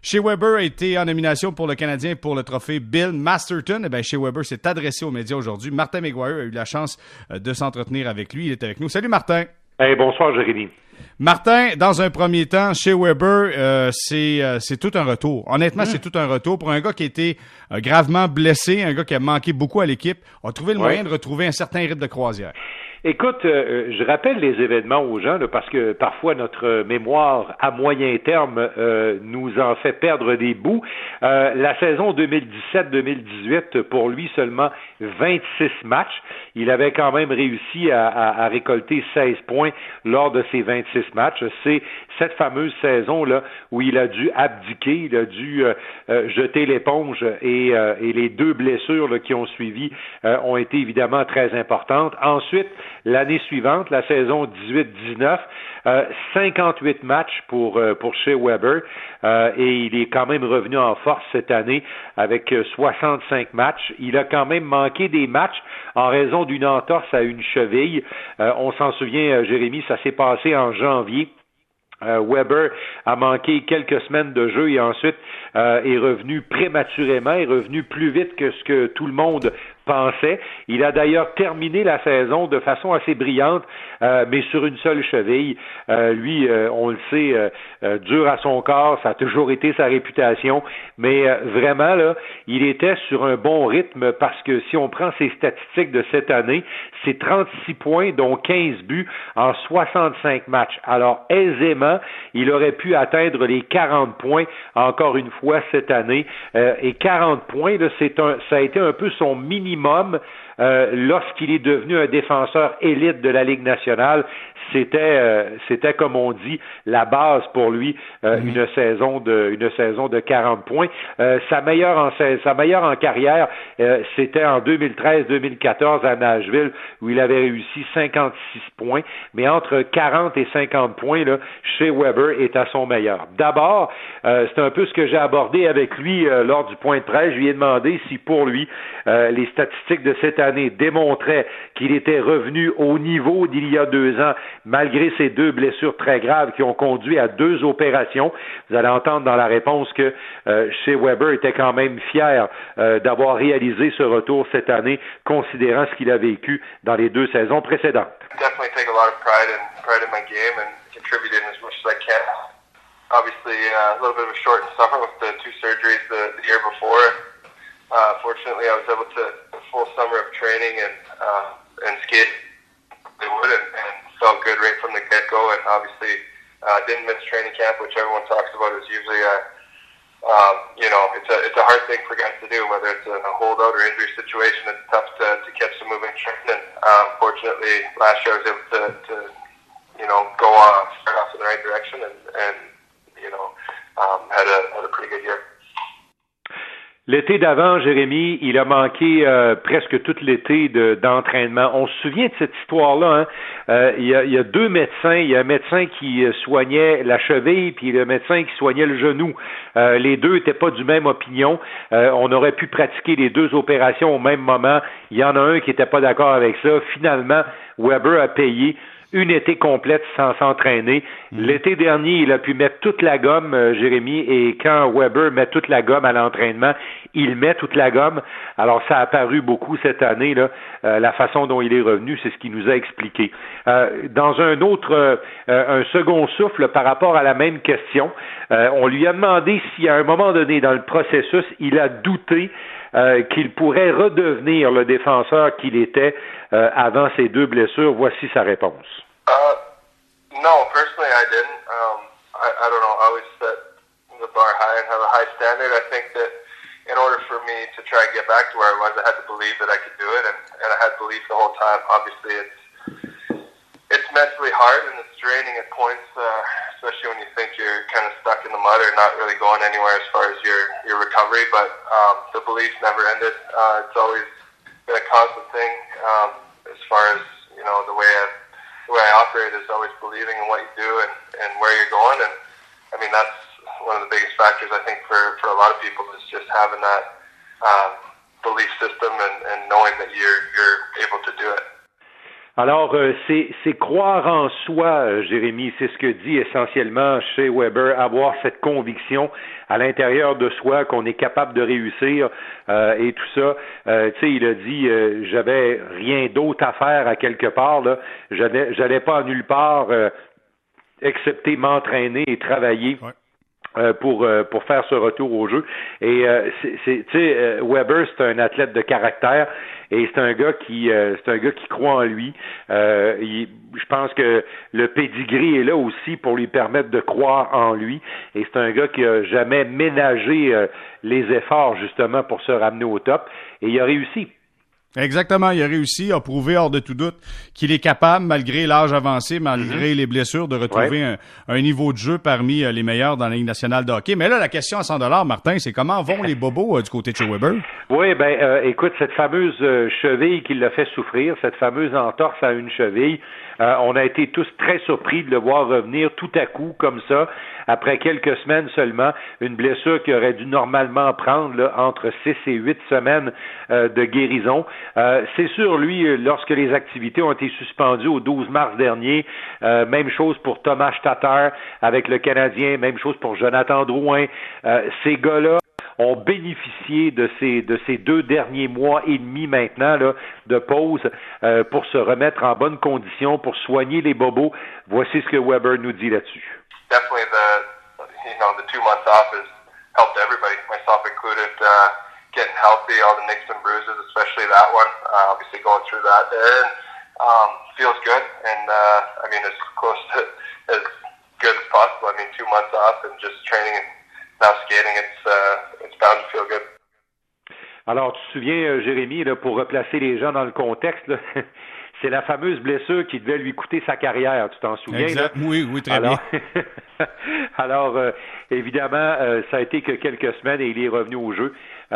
Shea Weber a été en nomination pour le Canadien pour le trophée Bill Masterton. Eh bien, Shea Weber s'est adressé aux médias aujourd'hui. Martin McGuire a eu la chance de s'entretenir avec lui. Il est avec nous. Salut Martin. Hey, bonsoir Jérémy. Martin, dans un premier temps, Shea Weber, c'est tout un retour. Honnêtement, c'est tout un retour pour un gars qui a été gravement blessé, un gars qui a manqué beaucoup à l'équipe, a trouvé le moyen de retrouver un certain rythme de croisière. Écoute, je rappelle les événements aux gens là, parce que parfois notre mémoire à moyen terme nous en fait perdre des bouts. La saison 2017-2018, pour lui seulement 26 matchs. Il avait quand même réussi à récolter 16 points lors de ces 26 matchs. C'est cette fameuse saison-là où il a dû abdiquer, il a dû jeter l'éponge et les deux blessures là, qui ont suivi ont été évidemment très importantes. Ensuite, l'année suivante, la saison 18-19, 58 matchs pour Shea Weber et il est quand même revenu en force cette année avec 65 matchs. Il a quand même manqué des matchs en raison d'une entorse à une cheville. On s'en souvient, Jérémy, ça s'est passé en janvier. Weber a manqué quelques semaines de jeu et ensuite est revenu prématurément, est revenu plus vite que ce que tout le monde pensait. Il a d'ailleurs terminé la saison de façon assez brillante, mais sur une seule cheville. Lui, on le sait, dur à son corps, ça a toujours été sa réputation, mais vraiment, là, il était sur un bon rythme parce que si on prend ses statistiques de cette année, c'est 36 points, dont 15 buts en 65 matchs. Alors, aisément, il aurait pu atteindre les 40 points encore une fois cette année. Et 40 points, là, ça a été un peu son minimum lorsqu'il est devenu un défenseur élite de la Ligue nationale. C'était comme on dit la base pour lui, une saison de 40 points. Sa meilleure en carrière, c'était en 2013-2014 à Nashville où il avait réussi 56 points, mais entre 40 et 50 points là, Shea Weber est à son meilleur. D'abord, c'est un peu ce que j'ai abordé avec lui lors du point de presse. Je lui ai demandé si pour lui les statistiques de cette année démontraient qu'il était revenu au niveau d'il y a 2 ans malgré ces 2 blessures très graves qui ont conduit à 2 opérations. Vous allez entendre dans la réponse que Shea Weber était quand même fier d'avoir réalisé ce retour cette année, considérant ce qu'il a vécu dans les 2 saisons précédentes. Definitely take a lot of pride in my game and contribute in as much as I can. Obviously, a little bit of a short summer with the 2 surgeries the year before. Fortunately, I was able to a full summer of training and skate and felt good right from the get-go. And obviously, didn't miss training camp, which everyone talks about is usually it's a hard thing for guys to do, whether it's in a holdout or injury situation. It's tough to catch the moving train. And fortunately, last year I was able to go start off in the right direction and had a pretty good year. L'été d'avant, Jérémy, il a manqué presque tout l'été d'entraînement. On se souvient de cette histoire-là. Hein? Il y a 2 médecins. Il y a un médecin qui soignait la cheville, puis le médecin qui soignait le genou. Les deux n'étaient pas du même opinion. On aurait pu pratiquer les 2 opérations au même moment. Il y en a un qui n'était pas d'accord avec ça. Finalement, Weber a payé une été complète sans s'entraîner. L'été dernier, il a pu mettre toute la gomme, Jérémy, et quand Weber met toute la gomme à l'entraînement, il met toute la gomme. Alors, ça a paru beaucoup cette année, là, la façon dont il est revenu, c'est ce qu'il nous a expliqué. Dans un second souffle par rapport à la même question, on lui a demandé si à un moment donné dans le processus, il a douté qu'il pourrait redevenir le défenseur qu'il était avant ces 2 blessures. Voici sa réponse. No, personally I didn't. I don't know. I always set the bar high and have a high standard. I think that in order for me to try and get back to where I was, I had to believe that I could do it, and I had belief the whole time. Obviously, it's mentally hard and it's draining at points, especially when you think you're kind of stuck in the mud or not really going anywhere as far as your recovery. But the belief never ended. It's always been a constant thing as far as the way I operate is always believing in what you do and where you're going. And I mean that's one of the biggest factors I think for a lot of people is just having that belief system and knowing that you're able to do it. Alors, c'est croire en soi, Jérémy, c'est ce que dit essentiellement chez Weber, avoir cette conviction à l'intérieur de soi qu'on est capable de réussir et tout ça. Tu sais, il a dit, j'avais rien d'autre à faire à quelque part, là, j'allais pas à nulle part excepté m'entraîner et travailler. Ouais. Pour faire ce retour au jeu. Et tu sais, Weber, c'est un athlète de caractère et c'est un gars qui croit en lui. Je pense que le pedigree est là aussi pour lui permettre de croire en lui. Et c'est un gars qui a jamais ménagé les efforts justement pour se ramener au top. Et il a réussi. Exactement, il a réussi à prouver hors de tout doute qu'il est capable, malgré l'âge avancé, malgré les blessures, de retrouver un niveau de jeu parmi les meilleurs dans la Ligue nationale de hockey. Mais là, la question à 100$, Martin, c'est comment vont les bobos du côté de chez Weber? Oui, écoute, cette fameuse cheville qui l'a fait souffrir, cette fameuse entorse à une cheville, on a été tous très surpris de le voir revenir tout à coup comme ça, après quelques semaines seulement, une blessure qui aurait dû normalement prendre là, entre 6 et 8 semaines de guérison. C'est sûr, lui, lorsque les activités ont été suspendues au 12 mars dernier, même chose pour Thomas Tatar avec le Canadien, même chose pour Jonathan Drouin. Ces gars-là ont bénéficié de ces 2 derniers mois et demi maintenant là, de pause pour se remettre en bonne condition, pour soigner les bobos. Voici ce que Weber nous dit là-dessus. Definitely the 2 months off has helped everybody, myself included, getting healthy, all the nicks and bruises, especially that one, obviously going through that there, and feels good, and I mean, as close to as good as possible. I mean, 2 months off and just training and now skating, it's bound to feel good. Alors, tu te souviens, Jérémy, là, pour replacer les gens dans le contexte, là, c'est la fameuse blessure qui devait lui coûter sa carrière, tu t'en souviens? Exact. Là? Oui, très bien. Alors, évidemment, ça a été que quelques semaines et il est revenu au jeu.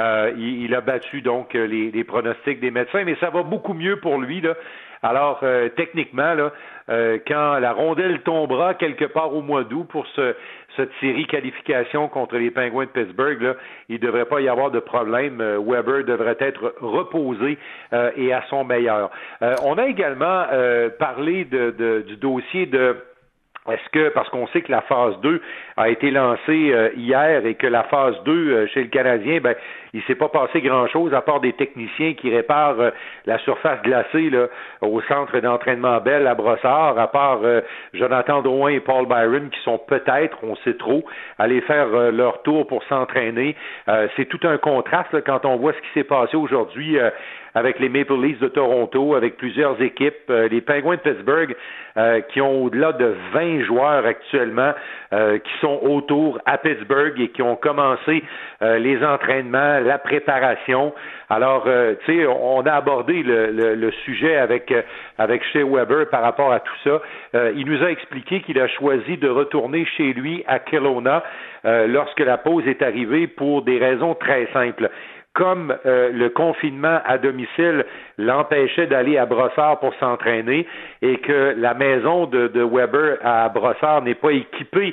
Il a battu donc les pronostics des médecins, mais ça va beaucoup mieux pour lui, là. Alors, techniquement, là, quand la rondelle tombera quelque part au mois d'août pour cette série qualification contre les Penguins de Pittsburgh, là, il ne devrait pas y avoir de problème. Weber devrait être reposé et à son meilleur. On a également parlé du dossier de... Est-ce que, parce qu'on sait que la phase 2 a été lancée hier et que la phase 2 chez le Canadien, il s'est pas passé grand-chose à part des techniciens qui réparent la surface glacée là, au centre d'entraînement Bell à Brossard, à part Jonathan Drouin et Paul Byron qui sont peut-être, on sait trop, allés faire leur tour pour s'entraîner. C'est tout un contraste là, quand on voit ce qui s'est passé aujourd'hui avec les Maple Leafs de Toronto, avec plusieurs équipes, les Penguins de Pittsburgh qui ont au-delà de 20 joueurs actuellement qui sont autour à Pittsburgh et qui ont commencé les entraînements, la préparation. Alors, tu sais, on a abordé le sujet avec Shea Weber par rapport à tout ça. Il nous a expliqué qu'il a choisi de retourner chez lui à Kelowna lorsque la pause est arrivée pour des raisons très simples. Comme le confinement à domicile l'empêchait d'aller à Brossard pour s'entraîner et que la maison de Weber à Brossard n'est pas équipée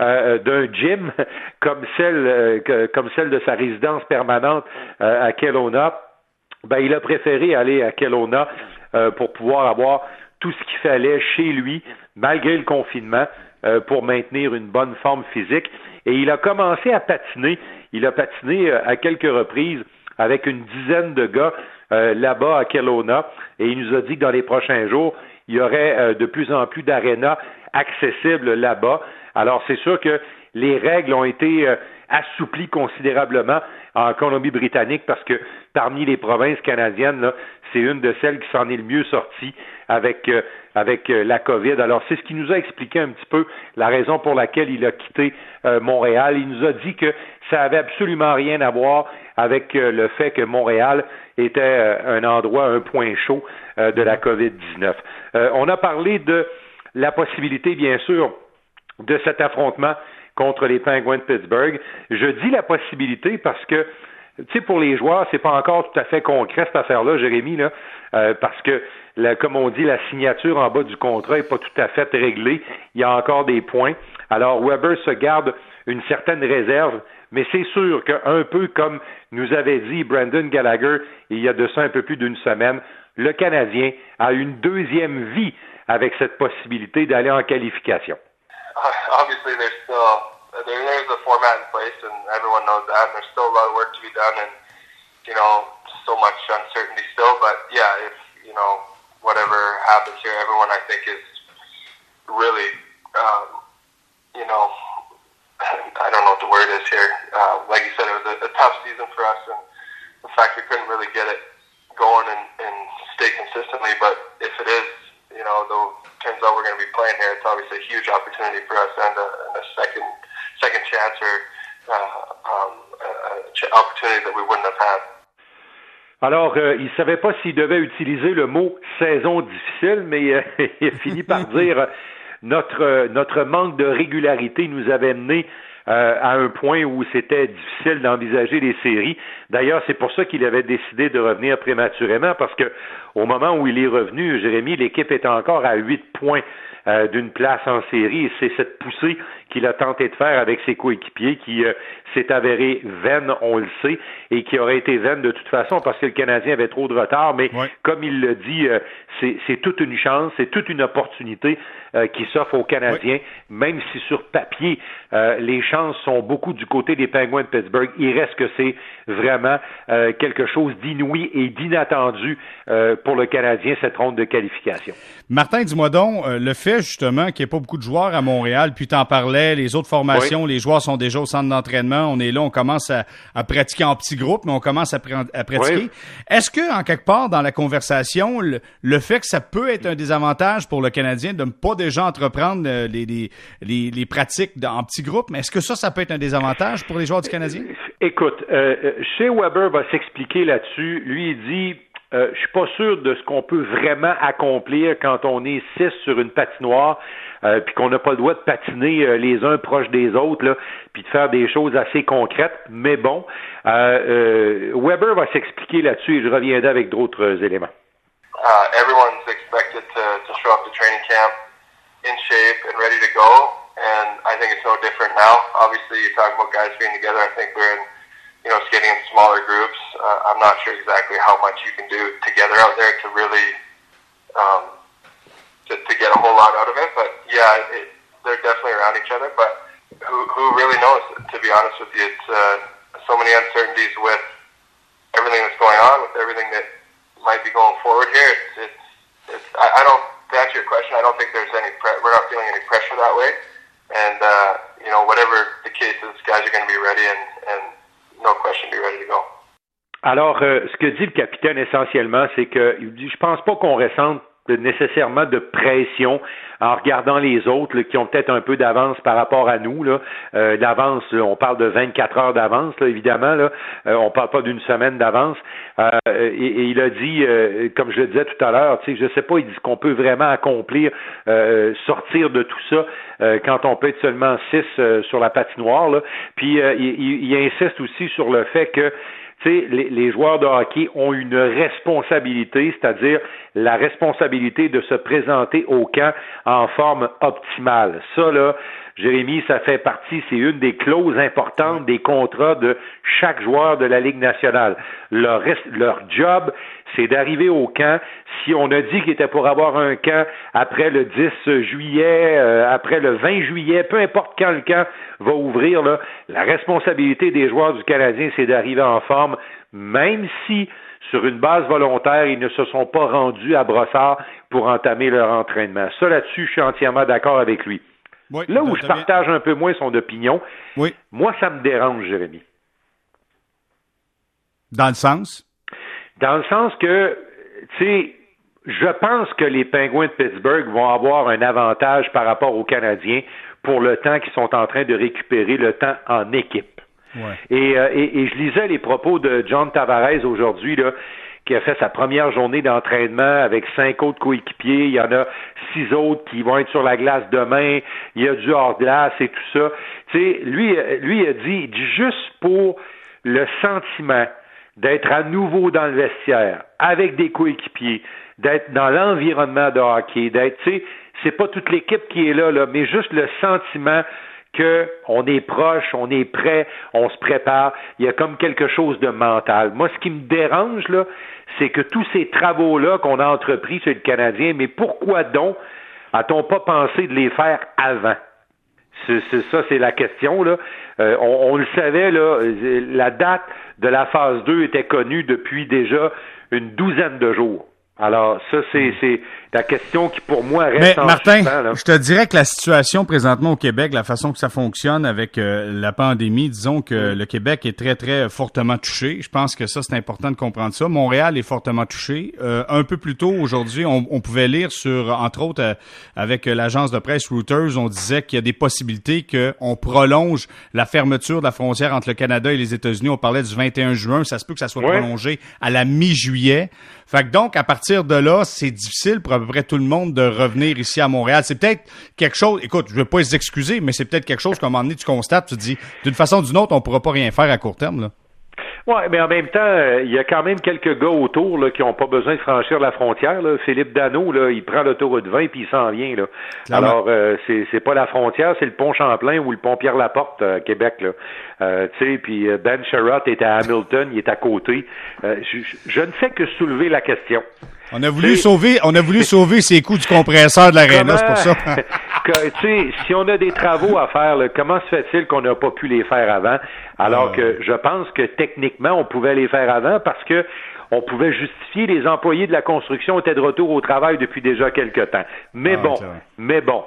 d'un gym comme celle de sa résidence permanente à Kelowna, il a préféré aller à Kelowna pour pouvoir avoir tout ce qu'il fallait chez lui, malgré le confinement, pour maintenir une bonne forme physique. Et il a commencé à patiner. Il a patiné à quelques reprises avec une dizaine de gars là-bas à Kelowna. Et il nous a dit que dans les prochains jours, il y aurait de plus en plus d'arénas accessibles là-bas. Alors, c'est sûr que les règles ont été assouplies considérablement en Colombie-Britannique parce que parmi les provinces canadiennes, là, c'est une de celles qui s'en est le mieux sortie avec la COVID. Alors, c'est ce qui nous a expliqué un petit peu la raison pour laquelle il a quitté Montréal. Il nous a dit que ça avait absolument rien à voir avec le fait que Montréal était un endroit, un point chaud de la COVID-19. On a parlé de la possibilité, bien sûr, de cet affrontement contre les Penguins de Pittsburgh. Je dis la possibilité parce que, tu sais, pour les joueurs, c'est pas encore tout à fait concret cette affaire-là, Jérémy, là, parce que, comme on dit, la signature en bas du contrat est pas tout à fait réglée. Il y a encore des points. Alors, Weber se garde une certaine réserve Mais c'est sûr qu'un peu comme nous avait dit Brendan Gallagher il y a de ça un peu plus d'une semaine, le Canadien a une deuxième vie avec cette possibilité d'aller en qualification. Obviously, there's a format in place, and everyone knows that. And there's still a lot of work to be done, and so much uncertainty still. But yeah, if whatever happens here, everyone I think is really, I don't know what the word is here. Like you said, it was a tough season for us, and the fact we couldn't really get it going and stay consistently. But if it is, though turns out we're going to be playing here, it's obviously a huge opportunity for us and a second chance or opportunity that we wouldn't have had. Alors, il ne savait pas s'il devait utiliser le mot « saison difficile », mais il a fini par dire notre manque de régularité nous avait mené à un point où c'était difficile d'envisager les séries. D'ailleurs, c'est pour ça qu'il avait décidé de revenir prématurément, parce que au moment où il est revenu, Jérémy, l'équipe était encore à 8 points d'une place en série, et c'est cette poussée qu'il a tenté de faire avec ses coéquipiers qui s'est avérée vaine, on le sait, et qui aurait été vaine de toute façon parce que le Canadien avait trop de retard, mais comme il le dit, c'est toute une chance, c'est toute une opportunité qui s'offre aux Canadiens, même si sur papier, les chances sont beaucoup du côté des Penguins de Pittsburgh, il reste que c'est vraiment quelque chose d'inouï et d'inattendu pour le Canadien, cette ronde de qualification. Martin, dis-moi donc, le fait justement qu'il n'y ait pas beaucoup de joueurs à Montréal, puis t'en parlais, les autres formations, les joueurs sont déjà au centre d'entraînement, on est là, on commence à pratiquer en petits groupes, mais on commence à pratiquer. Est-ce que, en quelque part, dans la conversation, le fait que ça peut être un désavantage pour le Canadien de ne pas déjà entreprendre les pratiques en petits groupes, mais est-ce que ça peut être un désavantage pour les joueurs du Canadien? Écoute, Shea Weber va s'expliquer là-dessus. Lui, il dit... je suis pas sûr de ce qu'on peut vraiment accomplir quand on est 6 sur une patinoire, puis qu'on n'a pas le droit de patiner les uns proches des autres, là, puis de faire des choses assez concrètes. Mais bon, Weber va s'expliquer là-dessus et je reviendrai avec d'autres éléments. Everyone's expected to show up to training camp in shape and ready to go, and I think it's no different now. Obviously, you're talking about guys being together. I think we're in skating in smaller groups. I'm not sure exactly how much you can do together out there to really to get a whole lot out of it. But yeah, they're definitely around each other. But who really knows? To be honest with you, it's so many uncertainties with everything that's going on, with everything that might be going forward here. I don't. To answer your question, I don't think there's any. We're not feeling any pressure that way. And whatever the case is, guys are going to be ready and no question, be ready to go. Alors, ce que dit le capitaine essentiellement, c'est que je pense pas qu'on ressente nécessairement de pression en regardant les autres là, qui ont peut-être un peu d'avance par rapport à nous. Là. D'avance, là, on parle de 24 heures d'avance, là, évidemment. Là. On parle pas d'une semaine d'avance. Et il a dit, comme je le disais tout à l'heure, je sais pas, il dit qu'on peut vraiment accomplir, sortir de tout ça quand on peut être seulement 6 sur la patinoire. Là. Puis il insiste aussi sur le fait que les joueurs de hockey ont une responsabilité, c'est-à-dire la responsabilité de se présenter au camp en forme optimale. Ça, là, Jérémy, ça fait partie, c'est une des clauses importantes des contrats de chaque joueur de la Ligue nationale. Leur job, c'est d'arriver au camp. Si on a dit qu'il était pour avoir un camp après le 10 juillet, après le 20 juillet, peu importe quand le camp va ouvrir, là, la responsabilité des joueurs du Canadien, c'est d'arriver en forme, même si sur une base volontaire, ils ne se sont pas rendus à Brossard pour entamer leur entraînement. Ça, là-dessus, je suis entièrement d'accord avec lui. Oui, là où je partage un peu moins son opinion, moi, ça me dérange, Jérémy. Dans le sens? Dans le sens que, tu sais, je pense que les Penguins de Pittsburgh vont avoir un avantage par rapport aux Canadiens pour le temps qu'ils sont en train de récupérer, le temps en équipe. Ouais. Et je lisais les propos de John Tavares aujourd'hui, là, qui a fait sa première journée d'entraînement avec 5 autres coéquipiers. Il y en a 6 autres qui vont être sur la glace demain. Il y a du hors-glace et tout ça. Tu sais, lui a dit juste pour le sentiment d'être à nouveau dans le vestiaire, avec des coéquipiers, d'être dans l'environnement de hockey, d'être, tu sais, c'est pas toute l'équipe qui est là, mais juste le sentiment qu'on est proche, on est prêt, on se prépare. Il y a comme quelque chose de mental. Moi, ce qui me dérange, là, c'est que tous ces travaux-là qu'on a entrepris sur le Canadien, mais pourquoi donc a-t-on pas pensé de les faire avant? C'est la question, là. On le savait, là, la date de la phase 2 était connue depuis déjà une douzaine de jours. Alors, ça, c'est la question qui, pour moi, reste en Martin, suspens, là. je te dirais que la situation présentement au Québec, la façon que ça fonctionne avec la pandémie, disons que le Québec est très, très fortement touché. Je pense que ça, c'est important de comprendre ça. Montréal est fortement touché. Un peu plus tôt, aujourd'hui, on pouvait lire sur, entre autres, avec l'agence de presse Reuters, on disait qu'il y a des possibilités qu'on prolonge la fermeture de la frontière entre le Canada et les États-Unis. On parlait du 21 juin. Ça se peut que ça soit prolongé à la mi-juillet. Fait que donc, à partir de là, c'est difficile pour à peu près tout le monde de revenir ici à Montréal. C'est peut-être quelque chose, écoute, je ne veux pas les excuser, mais c'est peut-être quelque chose qu'à un moment donné, tu constates, tu te dis, d'une façon ou d'une autre, on ne pourra pas rien faire à court terme, là. Oui, mais en même temps, il y a quand même quelques gars autour là, qui n'ont pas besoin de franchir la frontière. Là. Philippe Danault, là, il prend l'autoroute 20 puis il s'en vient. Là. Alors, c'est pas la frontière, c'est le pont Champlain ou le pont Pierre-Laporte à Québec. Là. Tu sais, puis Ben Sherratt est à Hamilton, il est à côté. Je ne fais que soulever la question. On a voulu sauver ses coups du compresseur de l'aréna, c'est pour ça. Tu sais, si on a des travaux à faire, là, comment se fait-il qu'on n'a pas pu les faire avant? Alors que je pense que techniquement, on pouvait les faire avant parce que on pouvait justifier les employés de la construction étaient de retour au travail depuis déjà quelque temps. Mais bon,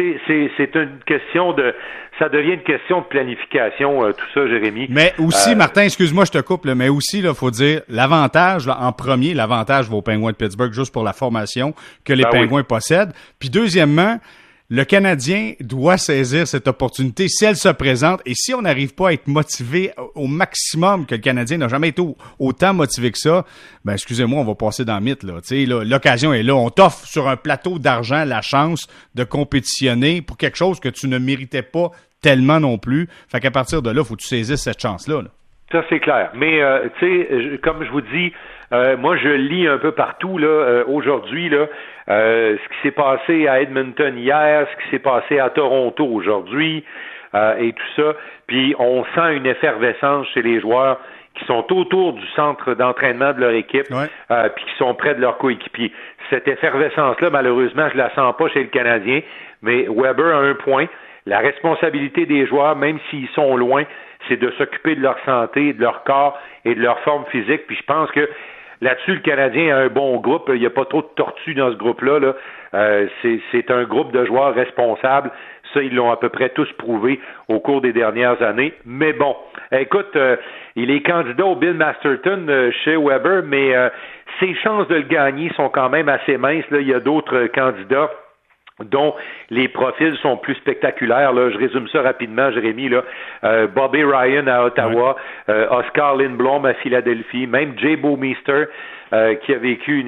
c'est une question ça devient une question de planification, tout ça, Jérémy. Mais aussi, Martin, excuse-moi, je te coupe, là, mais aussi, là, faut dire, l'avantage, là, en premier, l'avantage va aux Penguins de Pittsburgh juste pour la formation que les Penguins possèdent. Puis deuxièmement, le Canadien doit saisir cette opportunité si elle se présente et si on n'arrive pas à être motivé au maximum, que le Canadien n'a jamais été autant motivé que ça, ben excusez-moi, on va passer dans le mythe, là. Tu sais, là, l'occasion est là. On t'offre sur un plateau d'argent la chance de compétitionner pour quelque chose que tu ne méritais pas tellement non plus. Fait qu'à partir de là, faut que tu saisisses cette chance-là, là. Ça, c'est clair. Mais, tu sais, comme je vous dis, moi, je lis un peu partout, là, aujourd'hui, là, ce qui s'est passé à Edmonton hier, ce qui s'est passé à Toronto aujourd'hui, et tout ça. Puis, on sent une effervescence chez les joueurs qui sont autour du centre d'entraînement de leur équipe, puis qui sont près de leurs coéquipiers. Cette effervescence-là, malheureusement, je la sens pas chez le Canadien, mais Weber a un point. La responsabilité des joueurs, même s'ils sont loin, c'est de s'occuper de leur santé, de leur corps et de leur forme physique. Puis je pense que là-dessus, le Canadien a un bon groupe. Il n'y a pas trop de tortues dans ce groupe-là. Là. C'est un groupe de joueurs responsables. Ça, ils l'ont à peu près tous prouvé au cours des dernières années. Mais bon, écoute, il est candidat au Bill Masterton chez Weber, mais ses chances de le gagner sont quand même assez minces. Là. Il y a d'autres candidats dont les profils sont plus spectaculaires. Là. Je résume ça rapidement, Jérémy. Là. Bobby Ryan à Ottawa, Oscar Lindblom à Philadelphie, même Jay Bouwmeester qui a vécu un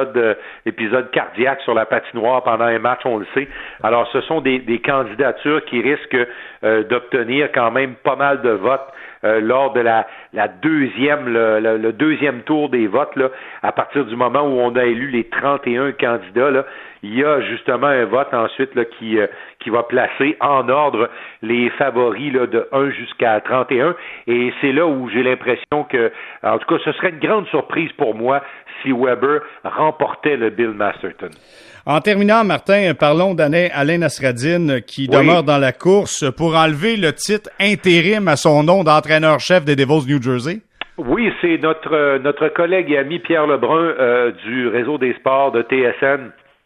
épisode cardiaque sur la patinoire pendant un match, on le sait. Alors, ce sont des candidatures qui risquent d'obtenir quand même pas mal de votes lors de la deuxième, le deuxième tour des votes, là, à partir du moment où on a élu les 31 candidats, là, il y a justement un vote ensuite là, qui va placer en ordre les favoris là, de 1 jusqu'à 31. Et c'est là où j'ai l'impression que, en tout cas, ce serait une grande surprise pour moi si Weber remportait le Bill Masterton. En terminant, Martin, parlons d'Alain Nasreddine qui demeure dans la course pour enlever le titre intérim à son nom d'entraîneur-chef des Devils New Jersey. Oui, c'est notre collègue et ami Pierre Lebrun du réseau des sports de TSN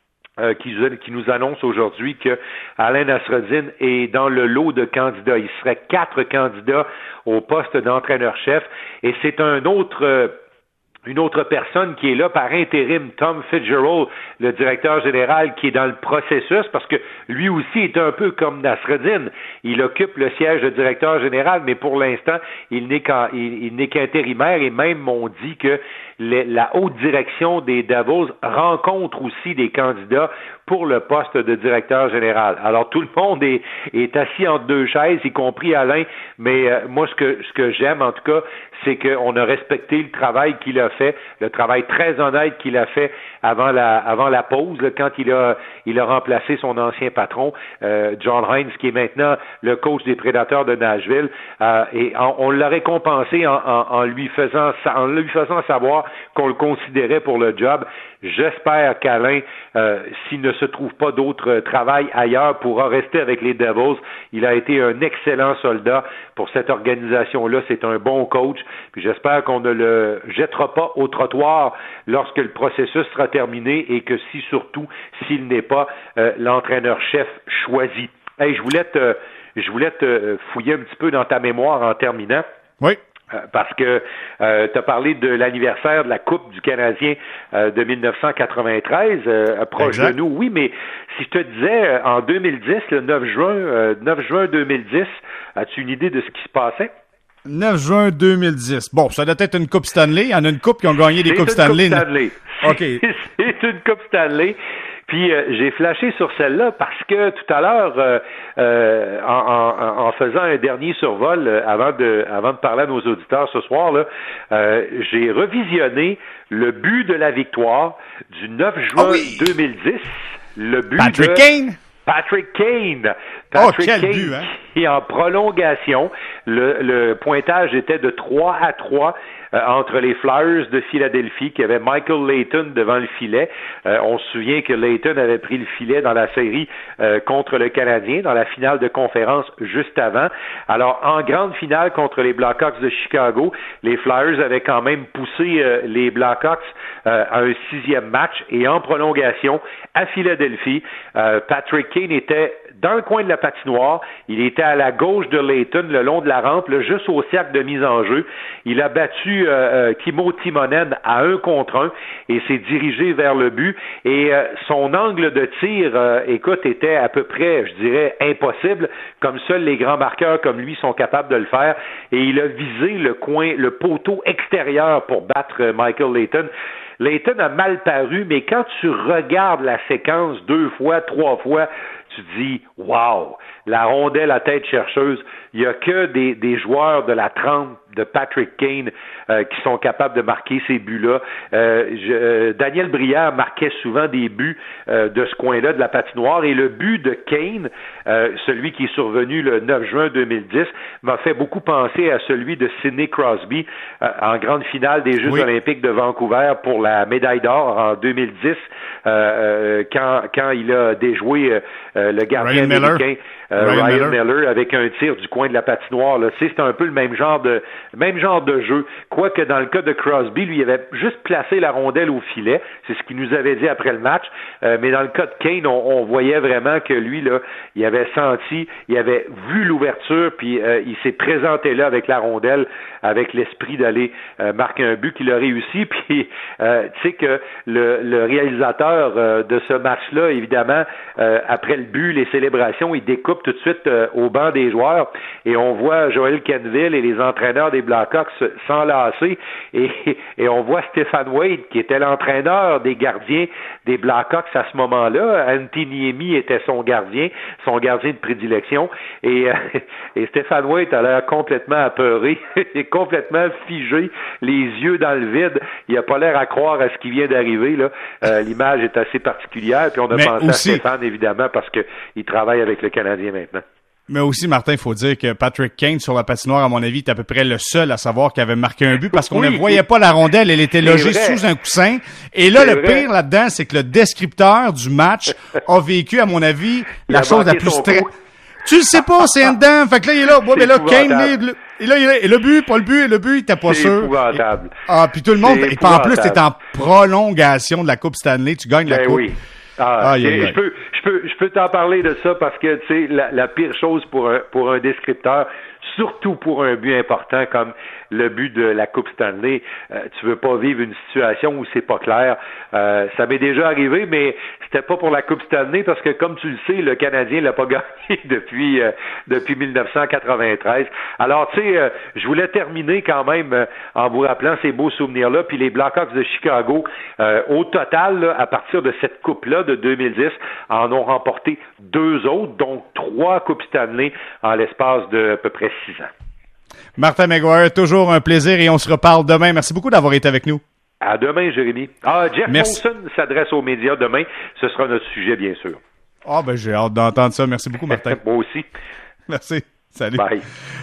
qui nous annonce aujourd'hui que Alain Nasreddine est dans le lot de candidats. Il serait 4 candidats au poste d'entraîneur-chef et c'est une autre personne qui est là par intérim, Tom Fitzgerald, le directeur général, qui est dans le processus, parce que lui aussi est un peu comme Nasreddine. Il occupe le siège de directeur général, mais pour l'instant, il n'est qu'intérimaire, et même on dit que la haute direction des Devils rencontre aussi des candidats pour le poste de directeur général. Alors tout le monde est assis entre deux chaises, y compris Alain, mais moi ce que j'aime en tout cas, c'est qu'on a respecté le travail qu'il a fait, le travail très honnête qu'il a fait avant la pause, là, quand il a remplacé son ancien patron, John Hines, qui est maintenant le coach des Prédateurs de Nashville, et on l'a récompensé en lui faisant savoir qu'on le considérait pour le job. J'espère qu'Alain, s'il ne se trouve pas d'autre travail ailleurs, pourra rester avec les Devils. Il a été un excellent soldat pour cette organisation-là. C'est un bon coach. Puis j'espère qu'on ne le jettera pas au trottoir lorsque le processus sera terminé et que surtout s'il n'est pas l'entraîneur-chef choisi. Hey, je voulais te fouiller un petit peu dans ta mémoire en terminant. Oui. Parce que tu as parlé de l'anniversaire de la Coupe du Canadien de 1993, proche exact. de nous. Oui, mais si je te disais, en 2010, le 9 juin 2010, as-tu une idée de ce qui se passait? 9 juin 2010. Bon, ça doit être une Coupe Stanley. Il y en a une coupe qui ont gagné des Coupes Stanley. OK. C'est une Coupe Stanley. Puis j'ai flashé sur celle-là parce que tout à l'heure, en faisant un dernier survol avant de parler à nos auditeurs ce soir, là, j'ai revisionné le but de la victoire du 9 juin 2010. Le but Patrick Kane. Patrick Kane. Quel but, hein? Et en prolongation, le pointage était de 3-3 entre les Flyers de Philadelphie, qui avait Michael Layton devant le filet. On se souvient que Layton avait pris le filet dans la série contre le Canadien, dans la finale de conférence juste avant. Alors, en grande finale contre les Blackhawks de Chicago, les Flyers avaient quand même poussé les Blackhawks à un 6e match. Et en prolongation, à Philadelphie, Patrick Kane était dans le coin de la patinoire. Il était à la gauche de Layton, le long de la rampe, là, juste au cercle de mise en jeu. Il a battu Kimmo Timonen à 1 contre 1 et s'est dirigé vers le but. Et son angle de tir, écoute, était à peu près, je dirais, impossible, comme seuls les grands marqueurs comme lui sont capables de le faire. Et il a visé le poteau extérieur pour battre Michael Layton. Layton a mal paru, mais quand tu regardes la séquence 2 fois, 3 fois, tu dis « Wow! » La rondelle à tête chercheuse, il n'y a que des joueurs de la trempe de Patrick Kane qui sont capables de marquer ces buts-là. Daniel Brière marquait souvent des buts de ce coin-là de la patinoire, et le but de Kane, celui qui est survenu le 9 juin 2010, m'a fait beaucoup penser à celui de Sidney Crosby en grande finale des Jeux olympiques de Vancouver pour la médaille d'or en 2010, quand il a déjoué le gardien américain Ryan Miller avec un tir du coin de la patinoire. Là. C'est un peu le même genre de jeu. Quoique dans le cas de Crosby, lui, il avait juste placé la rondelle au filet. C'est ce qu'il nous avait dit après le match. Mais dans le cas de Kane, on voyait vraiment que lui, là, il avait senti, il avait vu l'ouverture, puis il s'est présenté là avec la rondelle, avec l'esprit d'aller marquer un but qu'il a réussi. Puis, tu sais que le réalisateur de ce match-là, évidemment, après le but, les célébrations, il découpe tout de suite au banc des joueurs, et on voit Joel Kenville et les entraîneurs des Blackhawks s'enlacer, et on voit Stéphane Wade, qui était l'entraîneur des gardiens des Blackhawks à ce moment-là. Antti Niemi était son gardien de prédilection, et Stéphane Wade a l'air complètement apeuré, complètement figé, les yeux dans le vide. Il a pas l'air à croire à ce qui vient d'arriver, là. L'image est assez particulière, puis on a pensé à Stéphane, évidemment, parce qu'il travaille avec le Canadien maintenant. Mais aussi, Martin, il faut dire que Patrick Kane, sur la patinoire, à mon avis, est à peu près le seul à savoir qu'il avait marqué un but, parce qu'on ne voyait pas la rondelle, elle était logée sous un coussin. Et là, le pire là-dedans, c'est que le descripteur du match a vécu, à mon avis, la chose la plus Tu le sais pas, c'est un dedans. Fait que là, il est là. Ouais, mais là, Kane, et le but, pas le but, et le but, il était pas sûr. C'est épouvantable. Puis tout le monde, et en plus, t'es en prolongation de la Coupe Stanley, tu gagnes la Coupe. Oui. Je peux t'en parler de ça parce que tu sais la pire chose pour un descripteur, surtout pour un but important comme le but de la Coupe Stanley, tu veux pas vivre une situation où c'est pas clair. Ça m'est déjà arrivé, mais c'était pas pour la Coupe Stanley parce que, comme tu le sais, le Canadien l'a pas gagné depuis 1993. Alors, tu sais, je voulais terminer quand même en vous rappelant ces beaux souvenirs-là. Puis les Blackhawks de Chicago, au total, là, à partir de cette Coupe-là de 2010, en ont remporté 2 autres, donc 3 Coupes Stanley en l'espace de à peu près 6 ans. Martin McGuire, toujours un plaisir, et on se reparle demain. Merci beaucoup d'avoir été avec nous. À demain, Jérémy. Jeff Molson s'adresse aux médias demain. Ce sera notre sujet, bien sûr. Ben j'ai hâte d'entendre ça. Merci beaucoup, Martin. Moi aussi. Merci. Salut. Bye.